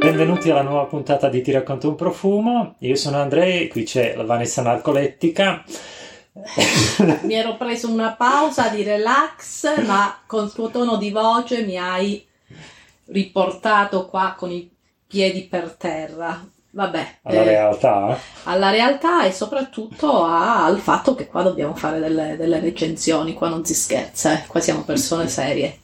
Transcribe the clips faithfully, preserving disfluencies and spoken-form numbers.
Benvenuti alla nuova puntata di Ti racconto un profumo. Io sono Andrei, qui c'è la Vanessa Narcolettica. Mi ero preso una pausa di relax, ma con il tuo tono di voce mi hai riportato qua con i piedi per terra. Vabbè, Alla eh, realtà? alla realtà e soprattutto a- al fatto che qua dobbiamo fare delle, delle recensioni, qua non si scherza, eh, qua siamo persone serie.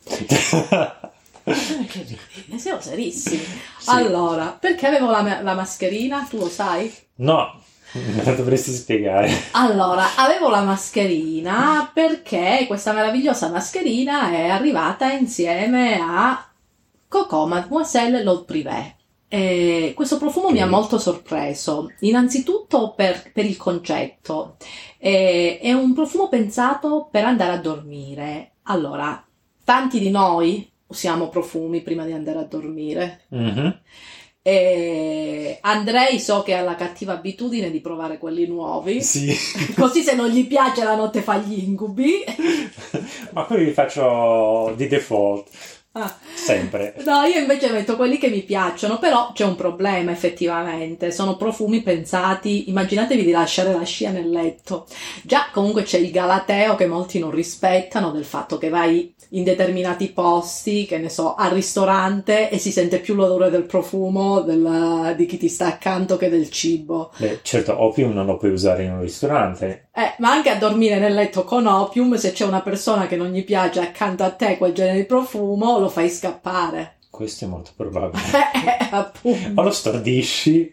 Che ridi, siamo serissimi. Sì. Allora, perché avevo la, la mascherina? Tu lo sai? No, me la dovresti spiegare. Allora, avevo la mascherina perché questa meravigliosa mascherina è arrivata insieme a Coco Mademoiselle L'Eau Privé. E questo profumo mi ha molto sorpreso, innanzitutto per, per il concetto. E- è un profumo pensato per andare a dormire. Allora, tanti di noi usiamo profumi prima di andare a dormire. Mhm. E Andrei so che ha la cattiva abitudine di provare quelli nuovi. Sì, Così se non gli piace la notte fa gli incubi. ma quelli li faccio di default, Ah. sempre. No, io invece metto quelli che mi piacciono, però c'è un problema effettivamente, sono profumi pensati, immaginatevi di lasciare la scia nel letto. Già comunque c'è il galateo che molti non rispettano, del fatto che vai in determinati posti, che ne so, al ristorante e si sente più l'odore del profumo del- di chi ti sta accanto che del cibo. Beh, certo, opium non lo puoi usare in un ristorante. Eh, ma anche a dormire nel letto con opium, se c'è una persona che non gli piace accanto a te quel genere di profumo, lo fai scappare. Questo è molto probabile. Eh, appunto. O lo stordisci.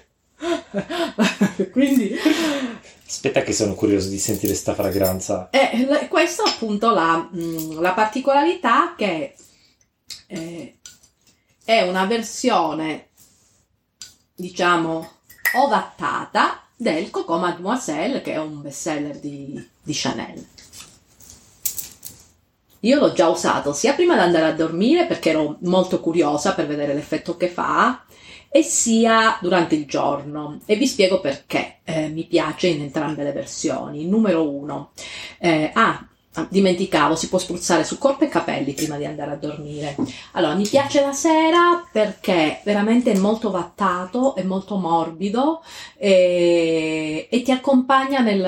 Quindi, Aspetta che sono curioso di sentire sta fragranza. eh, l- questo appunto la, mh, la particolarità che eh, è una versione, diciamo, ovattata del Coco Mademoiselle, che è un bestseller di, di Chanel. Io l'ho già usato sia prima di andare a dormire perché ero molto curiosa per vedere l'effetto che fa, e sia durante il giorno, e vi spiego perché eh, mi piace in entrambe le versioni. Numero uno, eh, ah, dimenticavo, si può spruzzare su corpo e capelli prima di andare a dormire. Allora, mi piace la sera perché veramente è molto vattato, è molto morbido e, e ti accompagna nel,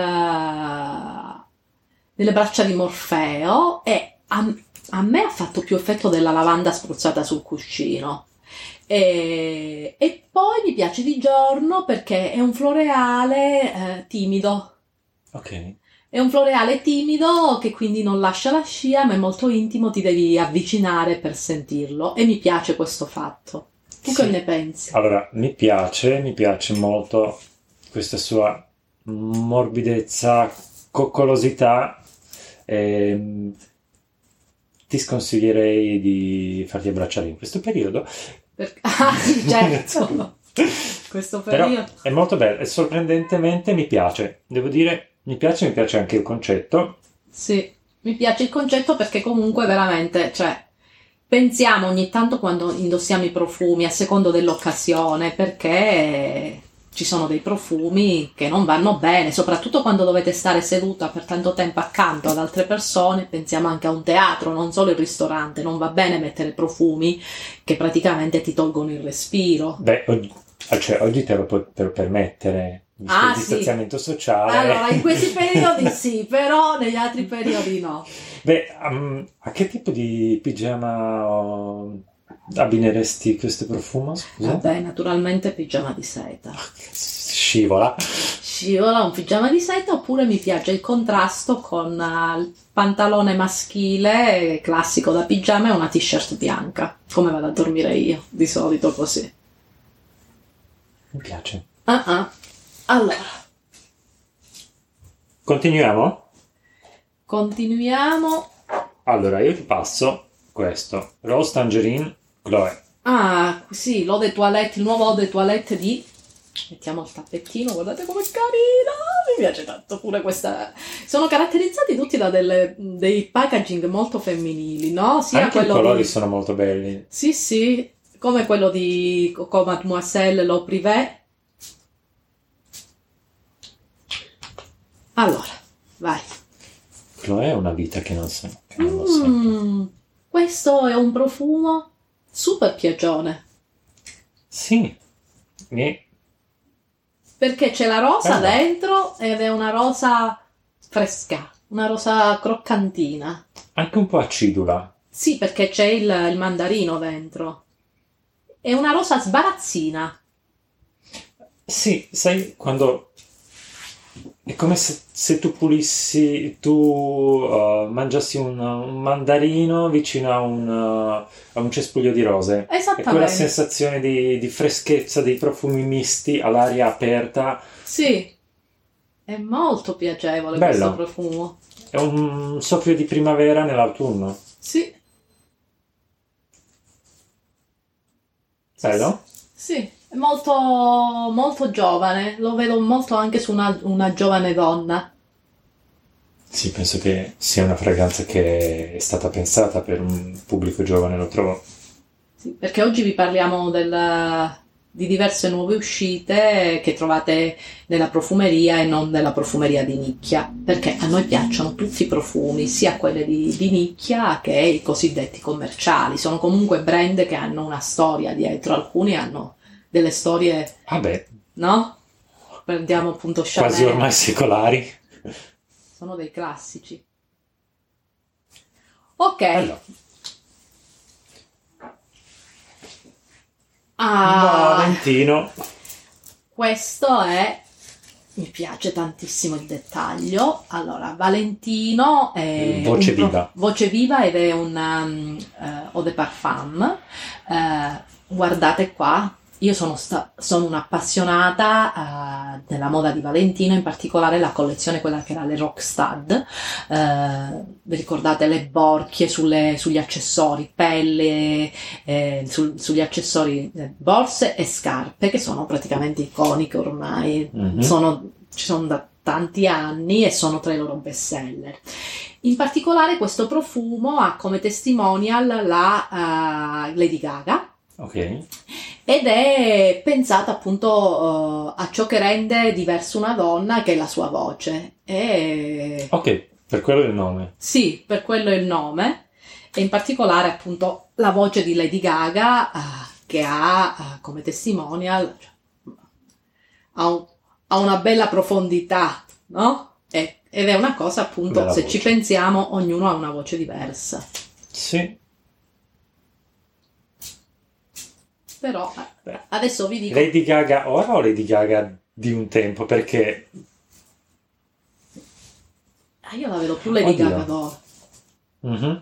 nelle braccia di Morfeo, e a, a me ha fatto più effetto della lavanda spruzzata sul cuscino. E, e poi mi piace di giorno perché è un floreale eh, timido. Ok. È un floreale timido che quindi non lascia la scia, ma è molto intimo, ti devi avvicinare per sentirlo, e mi piace questo fatto. Tu Sì. che ne pensi? Allora, mi piace, mi piace molto questa sua morbidezza, coccolosità. Ehm, ti sconsiglierei di farti abbracciare in questo periodo. Per- Ah sì, certo, questo Però periodo. è molto bello e sorprendentemente mi piace. Devo dire, mi piace, mi piace anche il concetto. Sì, mi piace il concetto perché comunque veramente, cioè, pensiamo ogni tanto quando indossiamo i profumi a secondo dell'occasione, perché ci sono dei profumi che non vanno bene, soprattutto quando dovete stare seduta per tanto tempo accanto ad altre persone. Pensiamo anche a un teatro, non solo il ristorante, non va bene mettere profumi che praticamente ti tolgono il respiro. Beh, oggi, cioè, oggi te lo puoi per- permettere, visto Ah, il sì. distanziamento sociale. Allora, in questi periodi sì, però negli altri periodi no. Beh, um, a che tipo di pigiama oh, abbineresti questo profumo? Scusa? Vabbè, naturalmente pigiama di seta. Scivola. Scivola un pigiama di seta, oppure mi piace il contrasto con eh, il pantalone maschile classico da pigiama e una t-shirt bianca, come vado a dormire io, di solito così. Mi piace. Ah ah. Allora, Continuiamo? continuiamo. Allora, io ti passo questo. Rose Tangerine Chloé. Ah, sì, l'eau de toilette, il nuovo eau de toilette di... Mettiamo il tappettino, guardate com'è carina, mi piace tanto pure questa. Sono caratterizzati tutti da delle, dei packaging molto femminili, no? Sia Anche i quello colori di... sono molto belli. Sì, sì, come quello di Coco Mademoiselle L'Eau Privé. Allora, vai. Chloé è una vita che non so. Che non lo so. Mm, questo è un profumo super piagione. Sì. E... perché c'è la rosa Bella. dentro ed è una rosa fresca, una rosa croccantina. Anche un po' acidula. Sì, perché c'è il, il mandarino dentro. È una rosa sbarazzina. Sì, sai, quando... È come se, se tu pulissi, tu uh, mangiassi un, un mandarino vicino a un, uh, a un cespuglio di rose. E quella Esattamente. sensazione di, di freschezza, dei profumi misti all'aria aperta. Sì, è molto piacevole Bello. questo profumo. È un soffio di primavera nell'autunno. Sì. Bello? Sì, è molto, molto giovane. Lo vedo molto anche su una, una giovane donna. Sì, penso che sia una fragranza che è stata pensata per un pubblico giovane, lo trovo. Sì, perché oggi vi parliamo del, di diverse nuove uscite che trovate nella profumeria e non nella profumeria di nicchia, perché a noi piacciono tutti i profumi, sia quelli di, di nicchia che i cosiddetti commerciali. Sono comunque brand che hanno una storia dietro, alcuni hanno delle storie, Vabbè, no? Prendiamo appunto Chanel, quasi ormai secolari. sono dei classici. Ok. Allora, Ah, Valentino. questo è, mi piace tantissimo il dettaglio. Allora, Valentino è Voce un pro- viva. voce viva ed è un um, eh, eau de parfum. Eh, guardate qua, io sono, sta- sono un'appassionata eh, della moda di Valentino, in particolare la collezione, quella che era le Rockstud. Eh, vi ricordate le borchie sulle- sugli accessori, pelle, eh, sul- sugli accessori, eh, borse e scarpe, che sono praticamente iconiche ormai, Mhm. sono, ci sono da tanti anni e sono tra i loro best seller. In particolare questo profumo ha come testimonial la eh, Lady Gaga, Ok. ed è pensata appunto eh, a ciò che rende diversa una donna, che è la sua voce. E Ok, per quello il nome. sì, per quello è il nome, e in particolare appunto la voce di Lady Gaga eh, che ha eh, come testimonial, cioè, ha, un- ha una bella profondità, no? E- ed è una cosa appunto, Bella se voce. ci pensiamo, ognuno ha una voce diversa. Sì. Però eh, Beh. adesso vi dico, Lady Gaga ora o Lady Gaga di un tempo? Perché... ah, io la vedo più Lady Oddio. Gaga d'oro. Mhm.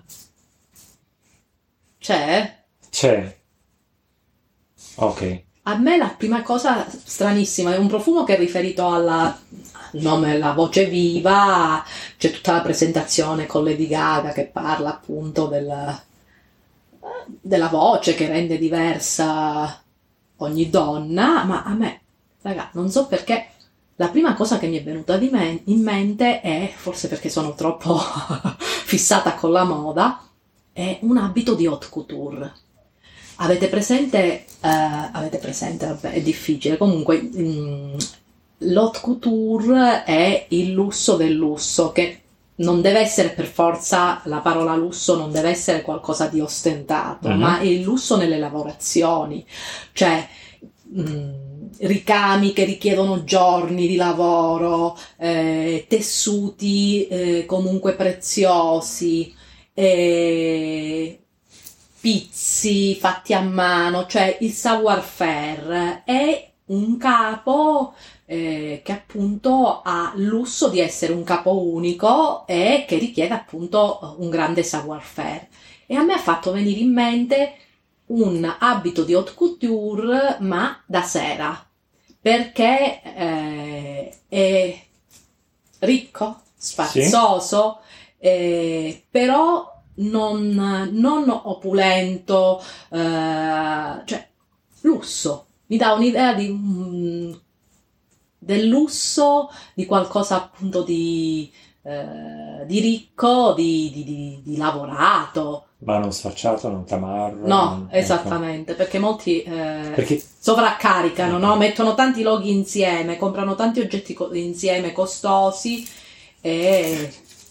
C'è? C'è. Ok. A me la prima cosa stranissima è un profumo che è riferito alla, al nome, la voce viva, c'è tutta la presentazione con Lady Gaga che parla appunto del, della voce che rende diversa ogni donna, ma a me, raga, non so perché, la prima cosa che mi è venuta di men- in mente è, forse perché sono troppo fissata con la moda, è un abito di haute couture. Avete presente, eh, avete presente, vabbè, è difficile, comunque mh, l'haute couture è il lusso del lusso, che non deve essere per forza, la parola lusso non deve essere qualcosa di ostentato, Mhm. ma è il lusso nelle lavorazioni, cioè mh, ricami che richiedono giorni di lavoro, eh, tessuti eh, comunque preziosi, eh, pizzi fatti a mano, cioè il savoir-faire è un capo eh, che appunto ha il lusso di essere un capo unico e che richiede appunto un grande savoir-faire. E a me ha fatto venire in mente un abito di haute couture, ma da sera, perché eh, è ricco, sfarzoso, eh, però non, non opulento, eh, cioè lusso. Mi dà un'idea di, mm, del lusso, di qualcosa appunto di, eh, di ricco, di, di, di, di lavorato. Ma non sfacciato, non tamarro. No, non- esattamente, perché molti eh, Perché sovraccaricano, no? Mettono tanti loghi insieme, comprano tanti oggetti co- insieme costosi e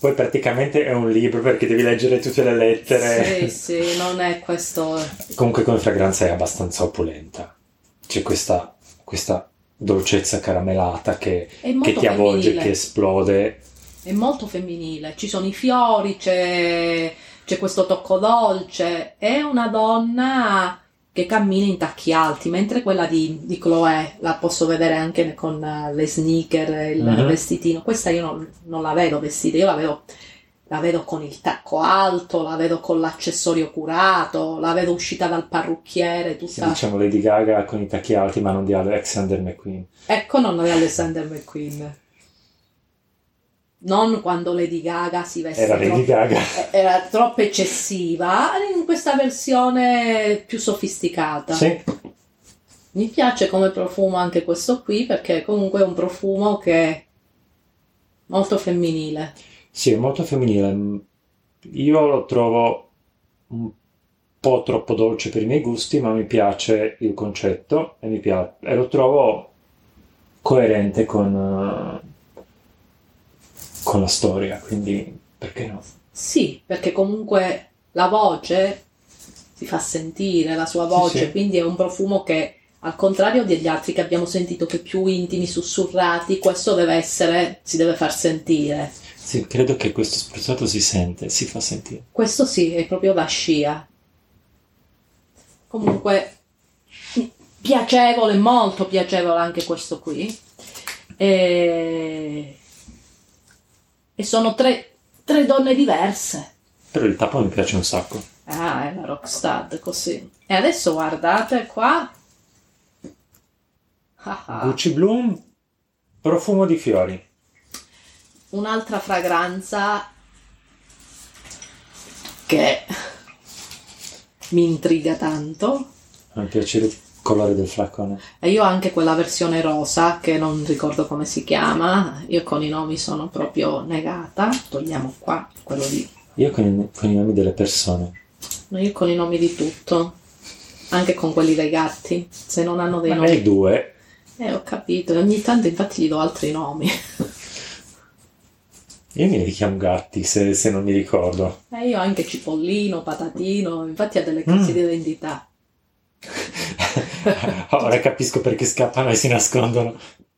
Poi praticamente è un libro perché devi leggere tutte le lettere. Sì, sì, non è questo. Comunque come fragranza è abbastanza opulenta. C'è questa, questa dolcezza caramellata che, È molto che ti avvolge, femminile. che esplode. È molto femminile, ci sono i fiori, c'è, c'è questo tocco dolce, è una donna che cammina in tacchi alti, mentre quella di, di Chloé la posso vedere anche con eh, le sneaker, il Mhm. vestitino. Questa io non, non la vedo vestita, io la vedo, la vedo con il tacco alto, la vedo con l'accessorio curato, la vedo uscita dal parrucchiere, Sì, tutta... diciamo Lady Gaga con i tacchi alti, ma non di Alexander McQueen. Ecco, non è Alexander McQueen. Non quando Lady Gaga si veste Era Lady troppo, Gaga. era troppo eccessiva, in questa versione più sofisticata. Sì. Mi piace come profumo anche questo qui, perché comunque è un profumo che è molto femminile. Sì, è molto femminile. Io lo trovo un po' troppo dolce per i miei gusti, ma mi piace il concetto e, mi piace, e lo trovo coerente con, eh, con la storia, quindi perché no? Sì, perché comunque la voce si fa sentire, la sua voce, Sì, sì. quindi è un profumo che, al contrario degli altri che abbiamo sentito che più intimi, sussurrati, questo deve essere, si deve far sentire. Sì, credo che questo spruzzato si sente, si fa sentire. Questo sì, è proprio da scia. Comunque piacevole, molto piacevole anche questo qui. E, e sono tre, tre donne diverse. Però il tappo mi piace un sacco. Ah, è la Rockstar, così. E adesso guardate qua. Ah, ah. Gucci Bloom, profumo di fiori. Un'altra fragranza che mi intriga tanto. Mi piace il colore del flacone. E io ho anche quella versione rosa che non ricordo come si chiama. Io con i nomi sono proprio negata. Togliamo qua quello lì. Io con i, con i nomi delle persone. No, io con i nomi di tutto. Anche con quelli dei gatti. Se non hanno dei Ma nomi. lei due. Eh, ho capito. Ogni tanto infatti gli do altri nomi. Io mi richiamo gatti se, se non mi ricordo. E io ho anche Cipollino, Patatino. Infatti ha delle crisi Mm. di identità. Ora capisco perché scappano e si nascondono.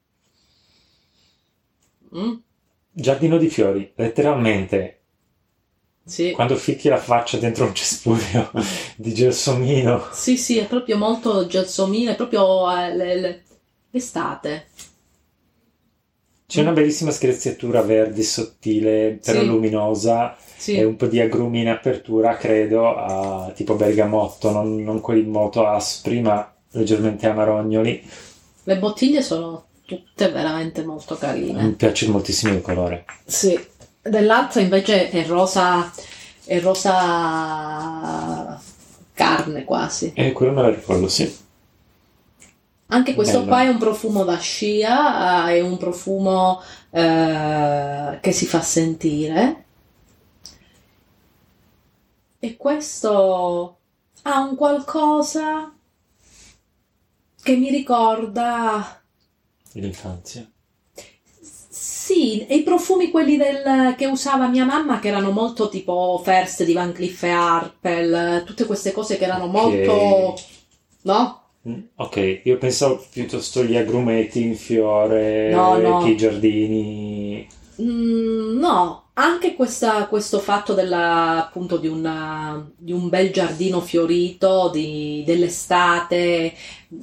Mm? Giardino di fiori, letteralmente. Sì. Quando ficchi la faccia dentro un cespuglio di gelsomino. Sì, sì, è proprio molto gelsomino, è proprio eh, le- le- l'estate. C'è una bellissima screziatura verde sottile, però Sì. luminosa, Sì. e un po' di agrumi in apertura, credo, a tipo bergamotto, non, non quelli molto aspri, ma leggermente amarognoli. Le bottiglie sono tutte veramente molto Mi carine. piace moltissimo il colore. Sì. Dell'altra invece è rosa, è rosa carne quasi. E quello me lo ricordo, sì. Anche questo Bello. qua è un profumo da scia, eh, è un profumo eh, che si fa sentire. E questo ha un qualcosa che mi ricorda, L'infanzia. sì, i profumi quelli del, che usava mia mamma, che erano molto tipo First di Van Cleef e Arpels, tutte queste cose che erano Ok. molto, no? Mm, Ok, io pensavo piuttosto agli agrumeti in fiore, No, no. che i giardini. Mm, no, anche questa- questo fatto della, appunto di, una- di un bel giardino fiorito, di- dell'estate,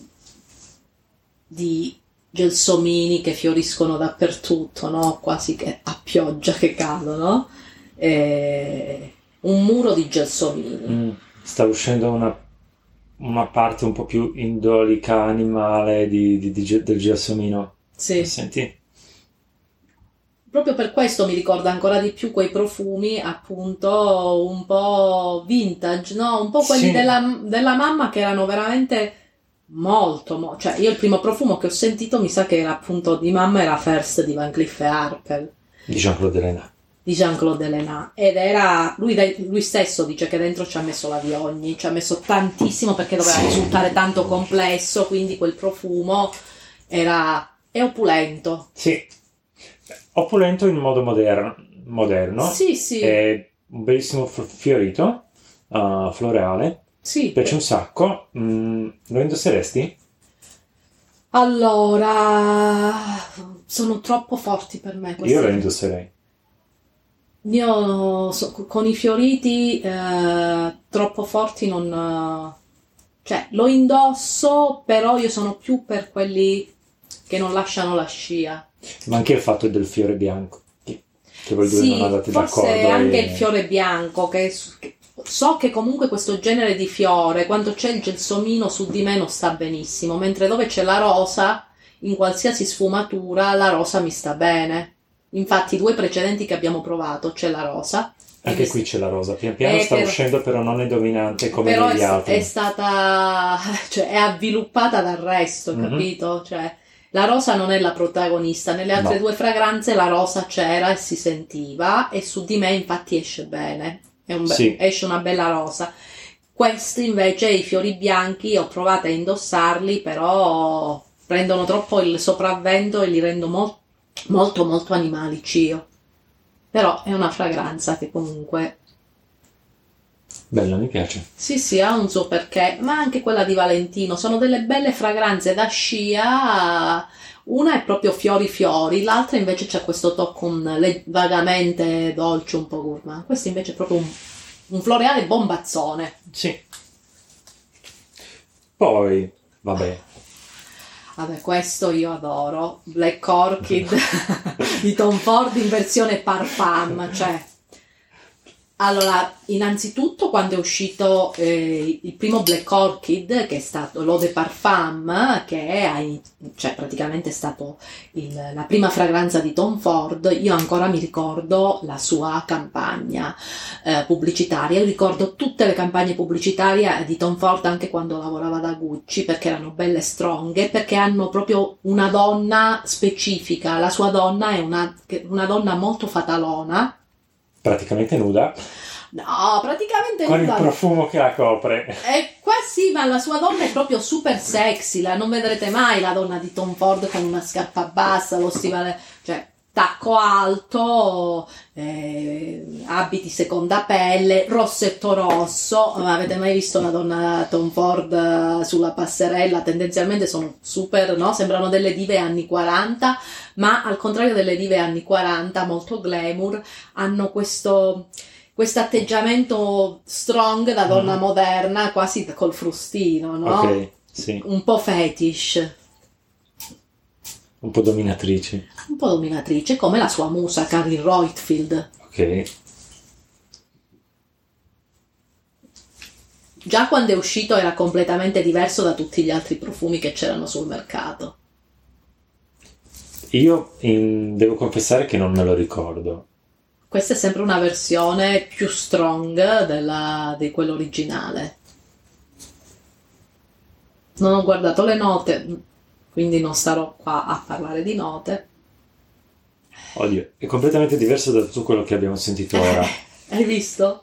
di gelsomini che fioriscono dappertutto, no? Quasi che a pioggia che cadono. E un muro di gelsomini. Mm, sta uscendo una, una parte un po' più indolica, animale di, di- di ge- del gelsomino. Sì. Senti? Proprio per questo mi ricorda ancora di più quei profumi, appunto, un po' vintage, no? Un po' quelli Sì. della, della mamma che erano veramente molto, mo- cioè io il primo profumo che ho sentito mi sa che era appunto di mamma, era First di Van Cleef e Arpels, Di Jean-Claude Elena. di Jean-Claude Elena, ed era, lui, de- lui stesso dice che dentro ci ha messo la Viogni, ci ha messo tantissimo perché doveva Sì. risultare tanto complesso, quindi quel profumo era, è opulento. Sì, opulento in modo moderno, moderno, Sì, sì, è un bellissimo f- fiorito, uh, floreale, sì. mi piace un sacco. Mm, lo indosseresti? Allora, sono troppo forti per me questi. Io lo indosserei. Io so- con i fioriti eh, troppo forti non... Cioè, lo indosso, però io sono più per quelli che non lasciano la scia. Ma anche il fatto del fiore bianco, che, che voi due non Sì, andate forse d'accordo. anche e- il fiore bianco, che, che- so che comunque questo genere di fiore, quando c'è il gelsomino su di me non sta benissimo, mentre dove c'è la rosa, in qualsiasi sfumatura, la rosa mi sta bene. Infatti i due precedenti che abbiamo provato, c'è la rosa. e Anche mi qui sta- c'è la rosa, pian piano Eh, sta però- uscendo, però non è dominante come però negli è, altri. è stata, cioè è avviluppata dal resto, Mhm. capito? Cioè, la rosa non è la protagonista, nelle altre No. due fragranze la rosa c'era e si sentiva e su di me infatti esce bene, è un be- Sì. esce una bella rosa. Questi invece, i fiori bianchi, ho provato a indossarli, però prendono troppo il sopravvento e li rendo mol- molto molto animalici io. Però è una fragranza che comunque... Bella, mi piace. Sì, sì, ha un suo perché, ma anche quella di Valentino, sono delle belle fragranze da scia, una è proprio fiori fiori, l'altra invece c'è questo tocco un- le- vagamente dolce, un po' gourmand, questo invece è proprio un, un floreale bombazzone. Sì. Poi, vabbè, Vabbè, questo io adoro, Black Orchid di Tom Ford in versione parfum, cioè... Allora, innanzitutto quando è uscito eh, il primo Black Orchid, che è stato l'Eau de Parfum, che è in- cioè, praticamente stato il- la prima fragranza di Tom Ford, io ancora mi ricordo la sua campagna eh, pubblicitaria, io ricordo tutte le campagne pubblicitarie di Tom Ford anche quando lavorava da Gucci, perché erano belle stronghe, perché hanno proprio una donna specifica, la sua donna è una, una donna molto fatalona. praticamente nuda, No, praticamente con il nulla. profumo che la copre. Eh, qua sì, ma la sua donna è proprio super sexy, la, non vedrete mai la donna di Tom Ford con una scarpa bassa, lo stivale, cioè tacco alto, eh, abiti seconda pelle, rossetto rosso. Ma avete mai visto una donna Tom Ford eh, sulla passerella? Tendenzialmente sono super, no? Sembrano delle dive anni quaranta, ma al contrario delle dive anni quaranta, molto glamour, hanno questo questo atteggiamento strong da donna Mm. moderna, quasi col frustino, no? Ok, sì, Un po' fetish, un po' dominatrice. un po' dominatrice, come la sua musa Carrie Roitfield. Ok, Già quando è uscito era completamente diverso da tutti gli altri profumi che c'erano sul mercato. io in- devo confessare che non me lo ricordo. Questa è sempre una versione più strong della, di quello originale. Non ho guardato le note, quindi non starò qua a parlare di note. Oddio, è completamente diverso da tutto quello che abbiamo sentito ora. Hai visto?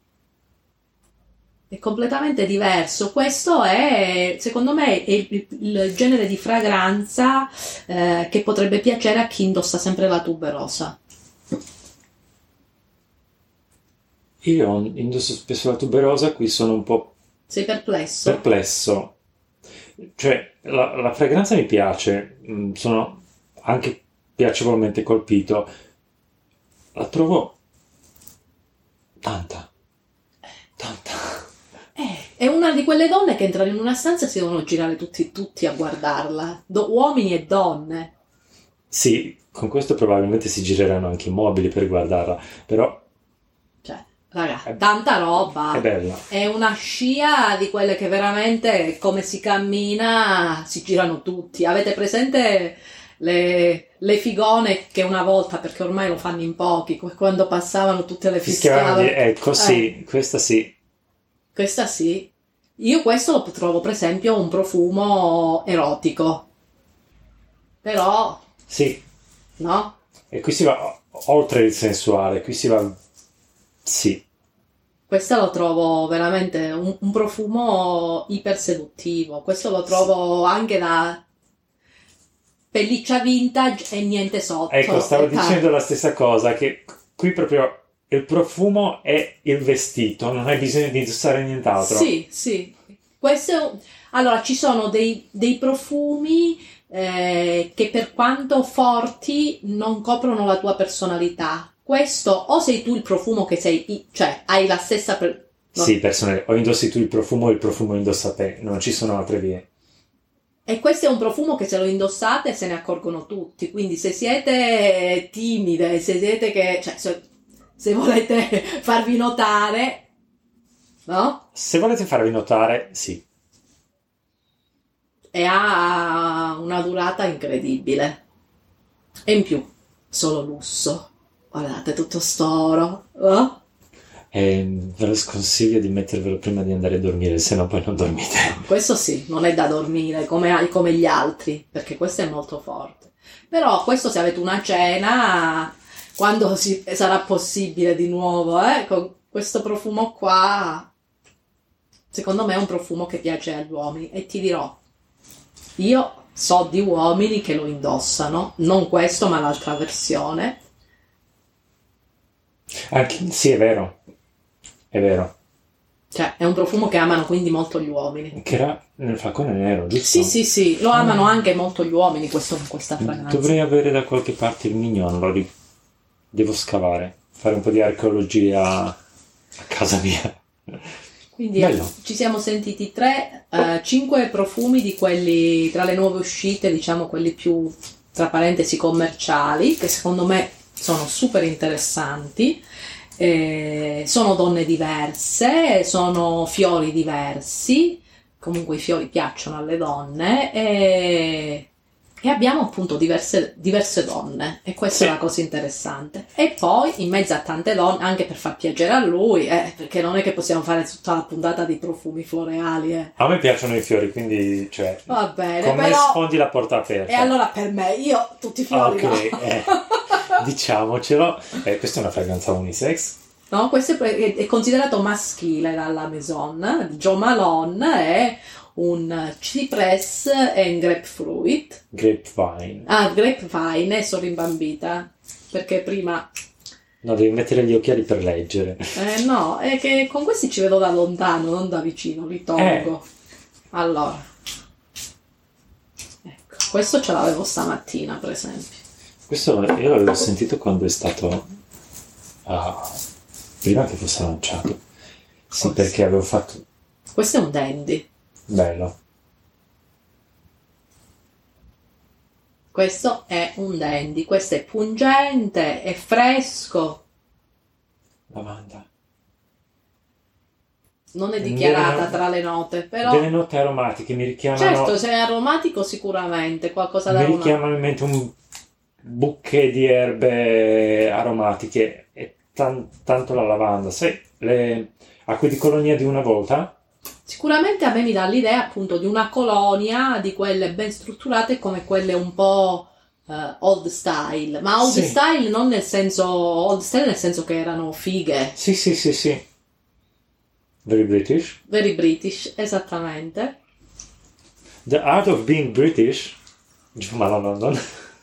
È completamente diverso. Questo è, secondo me, è il, il genere di fragranza eh, che potrebbe piacere a chi indossa sempre la tuberosa. Io indosso spesso la tuberosa, qui sono un po' Sei perplesso? perplesso. Cioè, la, la fragranza mi piace, mm, sono anche piacevolmente colpito. La trovo tanta, tanta. Eh, è una di quelle donne che entrano in una stanza e si devono girare tutti, tutti a guardarla. Do- uomini e donne. Sì, con questo probabilmente si gireranno anche i mobili per guardarla, però Cioè, raga, È- tanta roba. è bella. È una scia di quelle che veramente, come si cammina, si girano tutti. Avete presente le, le figone che una volta, perché ormai lo fanno in pochi, qu- quando passavano tutte le Fischiavano di- fischiavano? ecco, sì, questa sì. Questa sì. Io questo lo trovo, per esempio, un profumo erotico. Però, Sì, no? e qui si va oltre il sensuale, qui si va... Sì, Questo lo trovo veramente un, un profumo iper seduttivo. Questo lo trovo anche da pelliccia vintage e niente sotto. ecco, stavo E ta- dicendo la stessa cosa, che qui proprio il profumo è il vestito, non hai bisogno di indossare nient'altro. Sì, sì. Questo, allora, ci sono dei, dei profumi eh, che per quanto forti non coprono la tua personalità. Questo, o sei tu il profumo che sei, cioè hai la stessa... Per, no. Sì, personale, o indossi tu il profumo o il profumo indossa te, non ci sono altre vie. E questo è un profumo che se lo indossate se ne accorgono tutti, quindi se siete timide, se siete che... cioè se, se volete farvi notare, no? Se volete farvi notare, sì. E ha una durata incredibile. E in più, solo lusso. Guardate, tutto st'oro. Oh? E ve lo sconsiglio di mettervelo prima di andare a dormire, se no poi non dormite. Questo sì, non è da dormire come, come gli altri, perché questo è molto forte. Però questo se avete una cena, quando si, sarà possibile di nuovo, eh, con questo profumo qua, secondo me è un profumo che piace agli uomini. E ti dirò, io so di uomini che lo indossano, non questo ma l'altra versione. Anche, sì, è vero, è vero. Cioè, è un profumo che amano quindi molto gli uomini. Che era nel flacone nero, giusto? Sì, sì, sì, lo amano ah. anche molto gli uomini questo, questa fragranza. Dovrei avere da qualche parte il mignon, lo ri... devo scavare, fare un po' di archeologia a casa mia. Quindi eh, ci siamo sentiti tre, eh, cinque profumi di quelli tra le nuove uscite, diciamo quelli più, tra parentesi, commerciali, che secondo me sono super interessanti. Eh, sono donne diverse, sono fiori diversi, comunque i fiori piacciono alle donne e, e abbiamo appunto diverse, diverse donne e questa sì. È la cosa interessante. E poi in mezzo a tante donne, anche per far piacere a lui, eh, perché non è che possiamo fare tutta la puntata di profumi floreali. Eh. A me piacciono i fiori, quindi cioè, va bene, come però... sfondi la porta aperta. E allora per me, io tutti i fiori ok, no. eh. Diciamocelo, eh, questa è una fragranza unisex. No, questo è, è considerato maschile dalla Maison. Jo Malone è un cipress e grapefruit. Grapevine. Ah, grapevine, sono rimbambita perché prima. No, devi mettere gli occhiali per leggere. Eh no, è che con questi ci vedo da lontano, non da vicino, li tolgo. Eh. Allora, ecco, questo ce l'avevo stamattina, per esempio. Questo io l'avevo sentito quando è stato uh, prima che fosse lanciato. Sì, oh, perché sì. Avevo fatto. Questo è un dandy. Bello. Questo è un dandy, questo è pungente, è fresco. Lavanda. Non è dichiarata delle, tra le note, però. Delle note aromatiche mi richiamano. Certo, se è aromatico sicuramente, qualcosa da mi richiamano in mente un bouquet di erbe aromatiche e tan- tanto la lavanda, sai, le acque di colonia di una volta? Sicuramente a me mi dà l'idea appunto di una colonia, di quelle ben strutturate come quelle un po' uh, old style, ma old sì. style non nel senso, old style nel senso che erano fighe. Sì, sì, sì, sì. Very British. Very British, esattamente. The Art of Being British, Jo Malone London.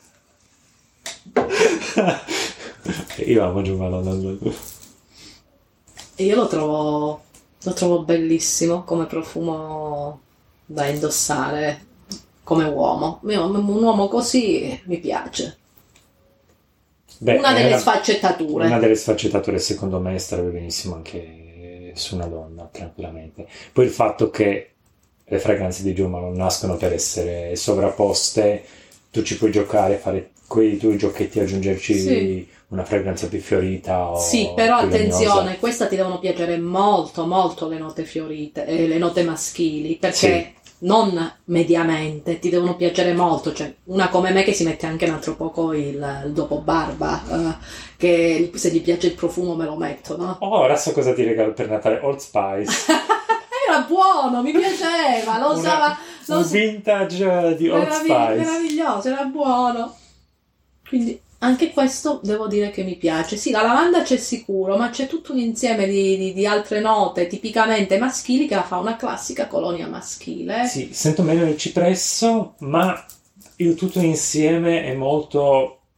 Io amo Jo Malone London. E io lo trovo lo trovo bellissimo come profumo da indossare come uomo. Un uomo così mi piace. Beh, una delle una, sfaccettature. Una delle sfaccettature secondo me starebbe benissimo anche su una donna, tranquillamente. Poi il fatto che le fragranze di Jo Malone nascono per essere sovrapposte, tu ci puoi giocare, fare quei tuoi giochetti, aggiungerci sì. una fragranza più fiorita o sì, però più attenzione, legnosa. Questa ti devono piacere molto molto le note fiorite, eh, le note maschili, perché sì. non mediamente, ti devono piacere molto, cioè una come me che si mette anche un altro poco il, il dopo barba, eh, che se gli piace il profumo me lo metto, no? Oh, ora so cosa ti regalo per Natale, Old Spice. Era buono, mi piaceva, lo usava... Un vintage di Old Spice. Meraviglioso, era buono. Quindi anche questo devo dire che mi piace. Sì, la lavanda c'è sicuro, ma c'è tutto un insieme di, di, di altre note tipicamente maschili che la fa una classica colonia maschile. Sì, sento meno il cipresso, ma il tutto insieme è molto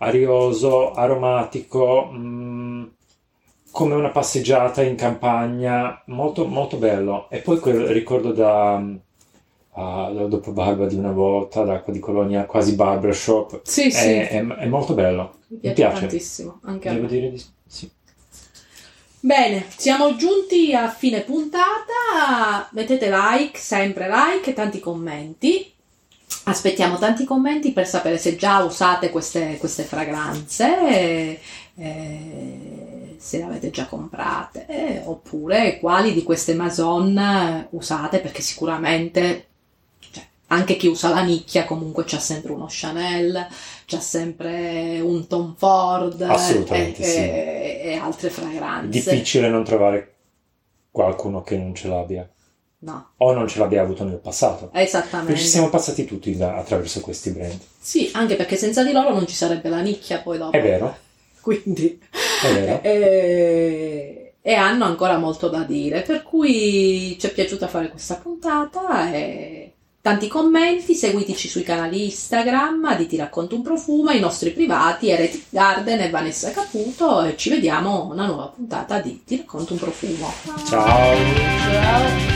arioso, aromatico, mh, come una passeggiata in campagna, molto molto bello. E poi quel ricordo da, uh, da dopo Barba di una volta, d'acqua di Colonia, quasi barbershop, Sì, è, sì. è, è molto bello. Mi Mi piace, piace. tantissimo, anche a Devo me. dire di sì. Bene, siamo giunti a fine puntata. Mettete like, sempre like, e tanti commenti. Aspettiamo tanti commenti per sapere se già usate queste, queste fragranze, eh, se le avete già comprate, eh, oppure quali di queste Maison usate, perché sicuramente, cioè, anche chi usa la nicchia comunque c'ha sempre uno Chanel, c'ha sempre un Tom Ford Assolutamente, e, sì. e, e altre fragranze. Difficile non trovare qualcuno che non ce l'abbia. No, O non ce l'abbia avuto nel passato. esattamente. Perché ci siamo passati tutti da- attraverso questi brand. Sì, anche perché senza di loro non ci sarebbe la nicchia poi dopo. È vero, Quindi è vero. e, e hanno ancora molto da dire, per cui ci è piaciuta fare questa puntata e tanti commenti. Seguiteci sui canali Instagram di Ti racconto un profumo, i nostri privati Heretic Garden e Vanessa Caputo, e ci vediamo a una nuova puntata di Ti racconto un profumo. Ciao. Ciao.